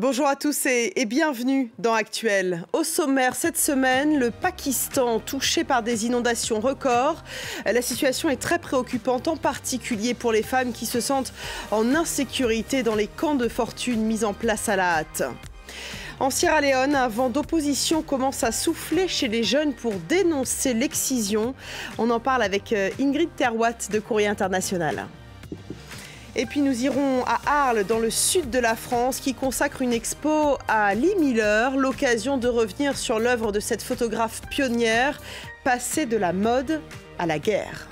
Bonjour à tous et bienvenue dans Actuel. Au sommaire cette semaine, le Pakistan touché par des inondations records. La situation est très préoccupante, en particulier pour les femmes qui se sentent en insécurité dans les camps de fortune mis en place à la hâte. En Sierra Leone, un vent d'opposition commence à souffler chez les jeunes pour dénoncer l'excision. On en parle avec Ingrid Terwatt de Courrier International. Et puis nous irons à Arles, dans le sud de la France, qui consacre une expo à Lee Miller, l'occasion de revenir sur l'œuvre de cette photographe pionnière, passée de la mode à la guerre.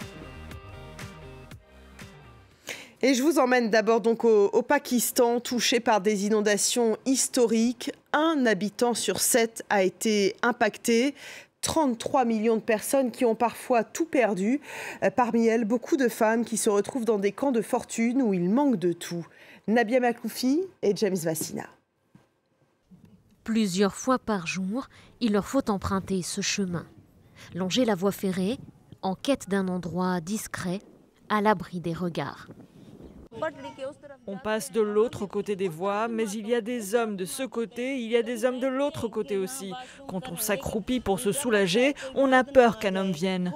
Et je vous emmène d'abord donc au Pakistan, touché par des inondations historiques. Un habitant sur 7 a été impacté. 33 millions de personnes qui ont parfois tout perdu. Parmi elles, beaucoup de femmes qui se retrouvent dans des camps de fortune où il manque de tout. Nabia Makloufi et James Vassina. Plusieurs fois par jour, il leur faut emprunter ce chemin. Longer la voie ferrée, en quête d'un endroit discret, à l'abri des regards. On passe de l'autre côté des voies, mais il y a des hommes de ce côté, il y a des hommes de l'autre côté aussi. Quand on s'accroupit pour se soulager, on a peur qu'un homme vienne.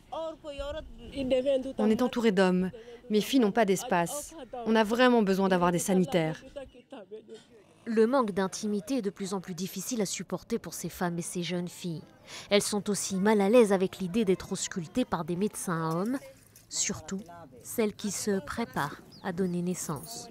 On est entouré d'hommes. Mes filles n'ont pas d'espace. On a vraiment besoin d'avoir des sanitaires. Le manque d'intimité est de plus en plus difficile à supporter pour ces femmes et ces jeunes filles. Elles sont aussi mal à l'aise avec l'idée d'être auscultées par des médecins hommes, surtout celles qui se préparent à donner naissance.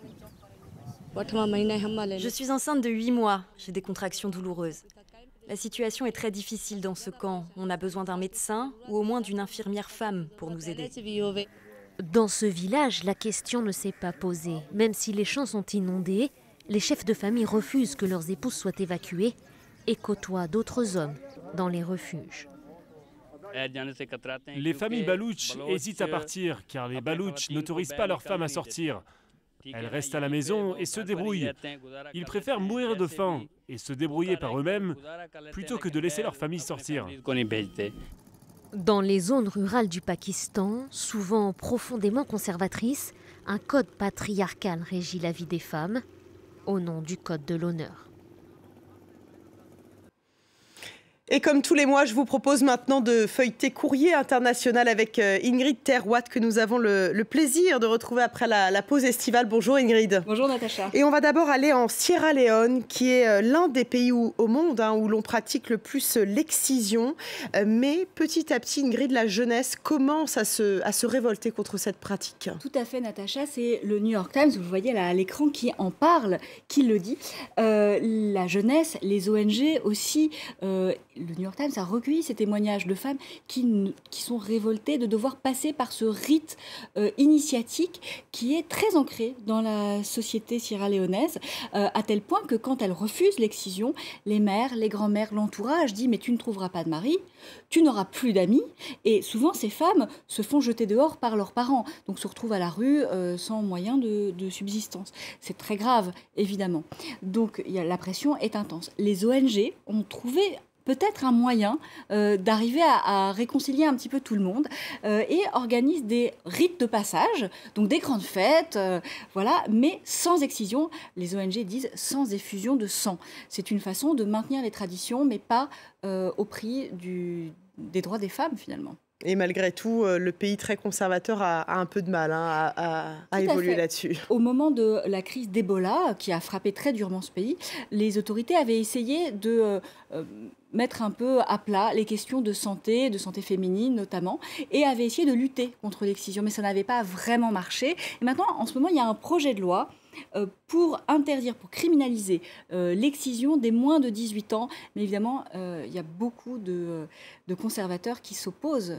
Je suis enceinte de 8 mois. J'ai des contractions douloureuses. La situation est très difficile dans ce camp. On a besoin d'un médecin ou au moins d'une infirmière femme pour nous aider. Dans ce village, la question ne s'est pas posée. Même si les champs sont inondés, les chefs de famille refusent que leurs épouses soient évacuées et côtoient d'autres hommes dans les refuges. Les familles Baloutches hésitent à partir car les Baloutches n'autorisent pas leurs femmes à sortir. Elles restent à la maison et se débrouillent. Ils préfèrent mourir de faim et se débrouiller par eux-mêmes plutôt que de laisser leur famille sortir. Dans les zones rurales du Pakistan, souvent profondément conservatrices, un code patriarcal régit la vie des femmes au nom du code de l'honneur. Et comme tous les mois, je vous propose maintenant de feuilleter Courrier International avec Ingrid Terwatt, que nous avons le plaisir de retrouver après la pause estivale. Bonjour Ingrid. Bonjour Natacha. Et on va d'abord aller en Sierra Leone, qui est l'un des pays au monde où l'on pratique le plus l'excision. Mais petit à petit, Ingrid, la jeunesse commence à se révolter contre cette pratique. Tout à fait Natacha, c'est le New York Times, vous le voyez là à l'écran, qui en parle, qui le dit. La jeunesse, les ONG aussi... Le New York Times a recueilli ces témoignages de femmes qui sont révoltées de devoir passer par ce rite initiatique qui est très ancré dans la société sierra-léonaise, à tel point que quand elles refusent l'excision, les mères, les grands-mères, l'entourage dit « mais tu ne trouveras pas de mari, tu n'auras plus d'amis ». Et souvent, ces femmes se font jeter dehors par leurs parents, donc se retrouvent à la rue sans moyen de subsistance. C'est très grave, évidemment. Donc la pression est intense. Les ONG ont trouvé peut-être un moyen d'arriver à réconcilier un petit peu tout le monde et organise des rites de passage, donc des grandes fêtes, voilà, mais sans excision. Les ONG disent sans effusion de sang. C'est une façon de maintenir les traditions, mais pas au prix des droits des femmes, finalement. Et malgré tout, le pays très conservateur a un peu de mal à évoluer là-dessus. Au moment de la crise d'Ebola, qui a frappé très durement ce pays, les autorités avaient essayé de mettre un peu à plat les questions de santé féminine notamment, et avaient essayé de lutter contre l'excision, mais ça n'avait pas vraiment marché. Et maintenant, en ce moment, il y a un projet de loi pour interdire, pour criminaliser l'excision des moins de 18 ans. Mais évidemment, il y a beaucoup de conservateurs qui s'opposent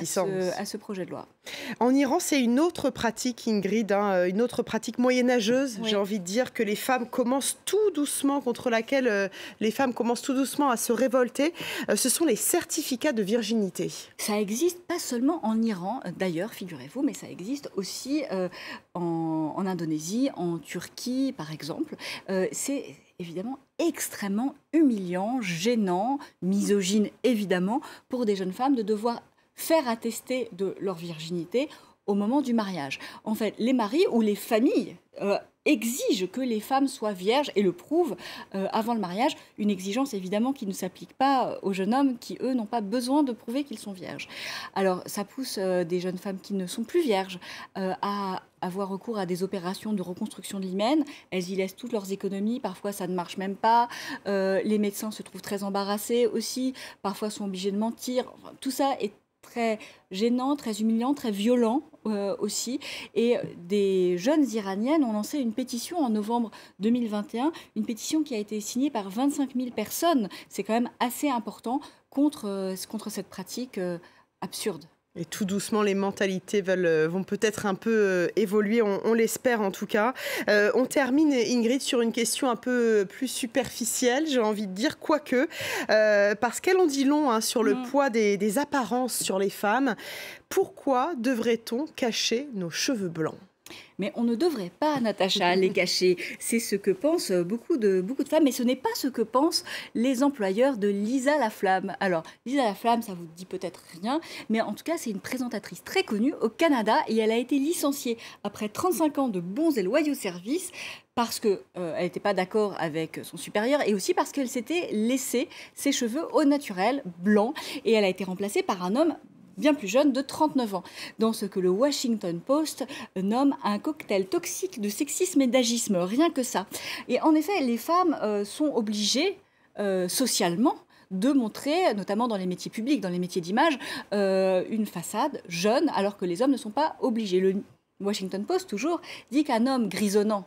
à ce projet de loi. En Iran, c'est une autre pratique, Ingrid, une autre pratique moyenâgeuse. Oui. J'ai envie de dire que les femmes commencent tout doucement, contre laquelle les femmes commencent tout doucement à se révolter. Ce sont les certificats de virginité. Ça existe pas seulement en Iran, d'ailleurs, figurez-vous, mais ça existe aussi en Indonésie, en Turquie, par exemple. C'est évidemment extrêmement humiliant, gênant, misogyne, évidemment, pour des jeunes femmes de devoir faire attester de leur virginité au moment du mariage. En fait, les maris ou les familles exigent que les femmes soient vierges et le prouvent avant le mariage. Une exigence évidemment qui ne s'applique pas aux jeunes hommes qui, eux, n'ont pas besoin de prouver qu'ils sont vierges. Alors ça pousse des jeunes femmes qui ne sont plus vierges à avoir recours à des opérations de reconstruction de l'hymen. Elles y laissent toutes leurs économies, parfois ça ne marche même pas. Les médecins se trouvent très embarrassés aussi, parfois sont obligés de mentir. Enfin, tout ça est très gênant, très humiliant, très violent aussi. Et des jeunes Iraniennes ont lancé une pétition en novembre 2021, une pétition qui a été signée par 25 000 personnes. C'est quand même assez important contre cette pratique absurde. Et tout doucement, les mentalités vont peut-être un peu évoluer, on l'espère en tout cas. On termine, Ingrid, sur une question un peu plus superficielle, j'ai envie de dire, quoique, parce qu'elle en dit long sur le poids des apparences sur les femmes. Pourquoi devrait-on cacher nos cheveux blancs ? Mais on ne devrait pas, Natacha, les cacher. C'est ce que pensent beaucoup de femmes, mais ce n'est pas ce que pensent les employeurs de Lisa Laflamme. Alors, Lisa Laflamme, ça vous dit peut-être rien, mais en tout cas, c'est une présentatrice très connue au Canada et elle a été licenciée après 35 ans de bons et loyaux services parce qu'elle n'était pas d'accord avec son supérieur et aussi parce qu'elle s'était laissé ses cheveux au naturel, blancs, et elle a été remplacée par un homme bien plus jeune, de 39 ans, dans ce que le Washington Post nomme un cocktail toxique de sexisme et d'agisme, rien que ça. Et en effet, les femmes sont obligées, socialement, de montrer, notamment dans les métiers publics, dans les métiers d'image, une façade jeune, alors que les hommes ne sont pas obligés. Le Washington Post, toujours, dit qu'un homme grisonnant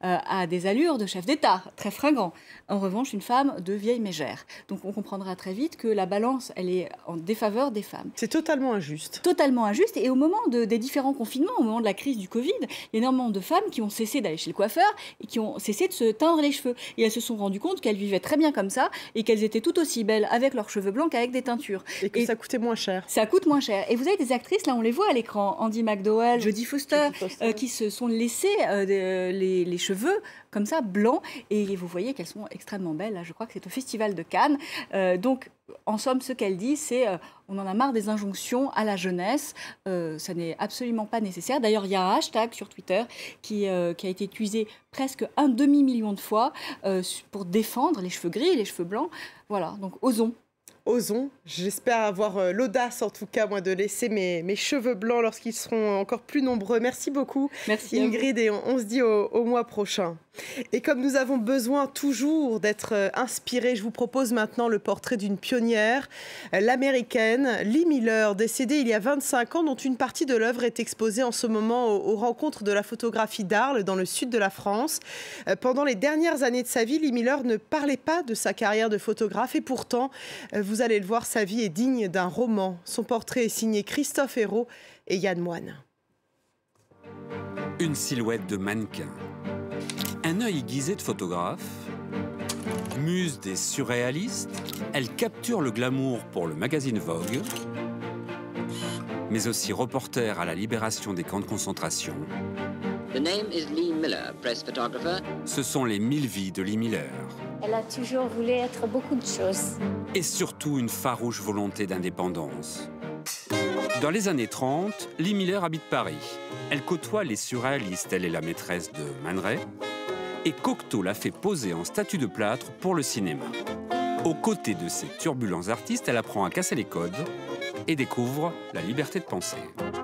a des allures de chef d'État, très fringant. En revanche, une femme de vieille mégère. Donc on comprendra très vite que la balance, elle est en défaveur des femmes. C'est totalement injuste. Totalement injuste. Et au moment des différents confinements, au moment de la crise du Covid, il y a énormément de femmes qui ont cessé d'aller chez le coiffeur et qui ont cessé de se teindre les cheveux. Et elles se sont rendues compte qu'elles vivaient très bien comme ça et qu'elles étaient tout aussi belles avec leurs cheveux blancs qu'avec des teintures. Et que ça coûtait moins cher. Ça coûte moins cher. Et vous avez des actrices, là on les voit à l'écran, Andie MacDowell, Jodie Foster, qui se sont laissées les cheveux comme ça, blancs, et vous voyez qu'elles sont extrêmement belles. Là, je crois que c'est au Festival de Cannes. Donc, en somme, ce qu'elle dit, c'est on en a marre des injonctions à la jeunesse. Ça n'est absolument pas nécessaire. D'ailleurs, il y a un hashtag sur Twitter qui a été utilisé presque 1 demi-million de fois pour défendre les cheveux gris et les cheveux blancs. Voilà, donc osons. Osons. J'espère avoir l'audace, en tout cas, moi, de laisser mes cheveux blancs lorsqu'ils seront encore plus nombreux. Merci beaucoup, Merci Ingrid, et on se dit au mois prochain. Et comme nous avons besoin toujours d'être inspirés, je vous propose maintenant le portrait d'une pionnière, l'américaine Lee Miller, décédée il y a 25 ans, dont une partie de l'œuvre est exposée en ce moment aux rencontres de la photographie d'Arles, dans le sud de la France. Pendant les dernières années de sa vie, Lee Miller ne parlait pas de sa carrière de photographe, et pourtant, vous allez le voir, sa vie est digne d'un roman. Son portrait est signé Christophe Hérault et Yann Moine. Une silhouette de mannequin. Un œil aiguisé de photographe. Muse des surréalistes, elle capture le glamour pour le magazine Vogue, mais aussi reporter à la libération des camps de concentration. The name is Lee Miller, press photographer. Ce sont les 1000 vies de Lee Miller. Elle a toujours voulu être beaucoup de choses. Et surtout une farouche volonté d'indépendance. Dans les années 30, Lee Miller habite Paris. Elle côtoie les surréalistes, elle est la maîtresse de Man Ray. Et Cocteau l'a fait poser en statue de plâtre pour le cinéma. Aux côtés de ces turbulents artistes, elle apprend à casser les codes et découvre la liberté de penser.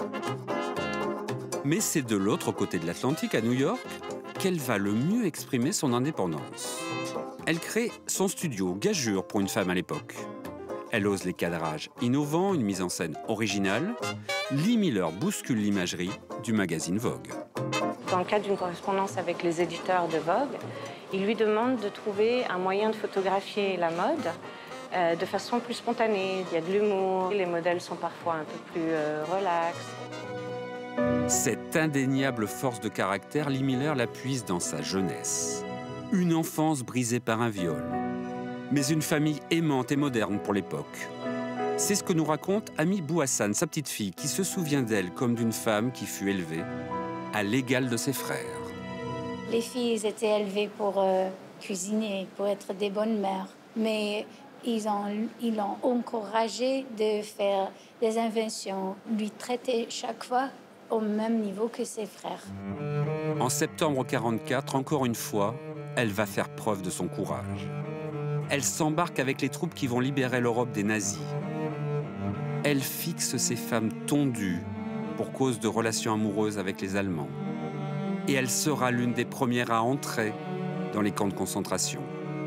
Mais c'est de l'autre côté de l'Atlantique, à New York, qu'elle va le mieux exprimer son indépendance. Elle crée son studio, gageure pour une femme à l'époque. Elle ose les cadrages innovants, une mise en scène originale. Lee Miller bouscule l'imagerie du magazine Vogue. Dans le cadre d'une correspondance avec les éditeurs de Vogue, il lui demande de trouver un moyen de photographier la mode de façon plus spontanée. Il y a de l'humour, les modèles sont parfois un peu plus relax. Cette indéniable force de caractère, Lee Miller la puise dans sa jeunesse. Une enfance brisée par un viol, mais une famille aimante et moderne pour l'époque. C'est ce que nous raconte Ami Bouhassan, sa petite fille, qui se souvient d'elle comme d'une femme qui fut élevée à l'égal de ses frères. Les filles étaient élevées pour cuisiner, pour être des bonnes mères, mais ils l'ont encouragée de faire des inventions, lui traiter chaque fois au même niveau que ses frères. En septembre 1944, encore une fois, elle va faire preuve de son courage. Elle s'embarque avec les troupes qui vont libérer l'Europe des nazis. Elle fixe ces femmes tondues pour cause de relations amoureuses avec les Allemands. Et elle sera l'une des premières à entrer dans les camps de concentration.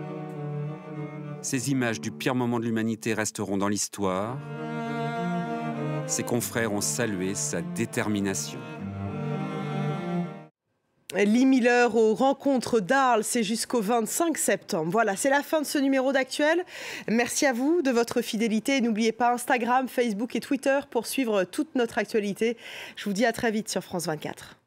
Ces images du pire moment de l'humanité resteront dans l'histoire. Ses confrères ont salué sa détermination. Lee Miller aux rencontres d'Arles, c'est jusqu'au 25 septembre. Voilà, c'est la fin de ce numéro d'Actuel. Merci à vous de votre fidélité. N'oubliez pas Instagram, Facebook et Twitter pour suivre toute notre actualité. Je vous dis à très vite sur France 24.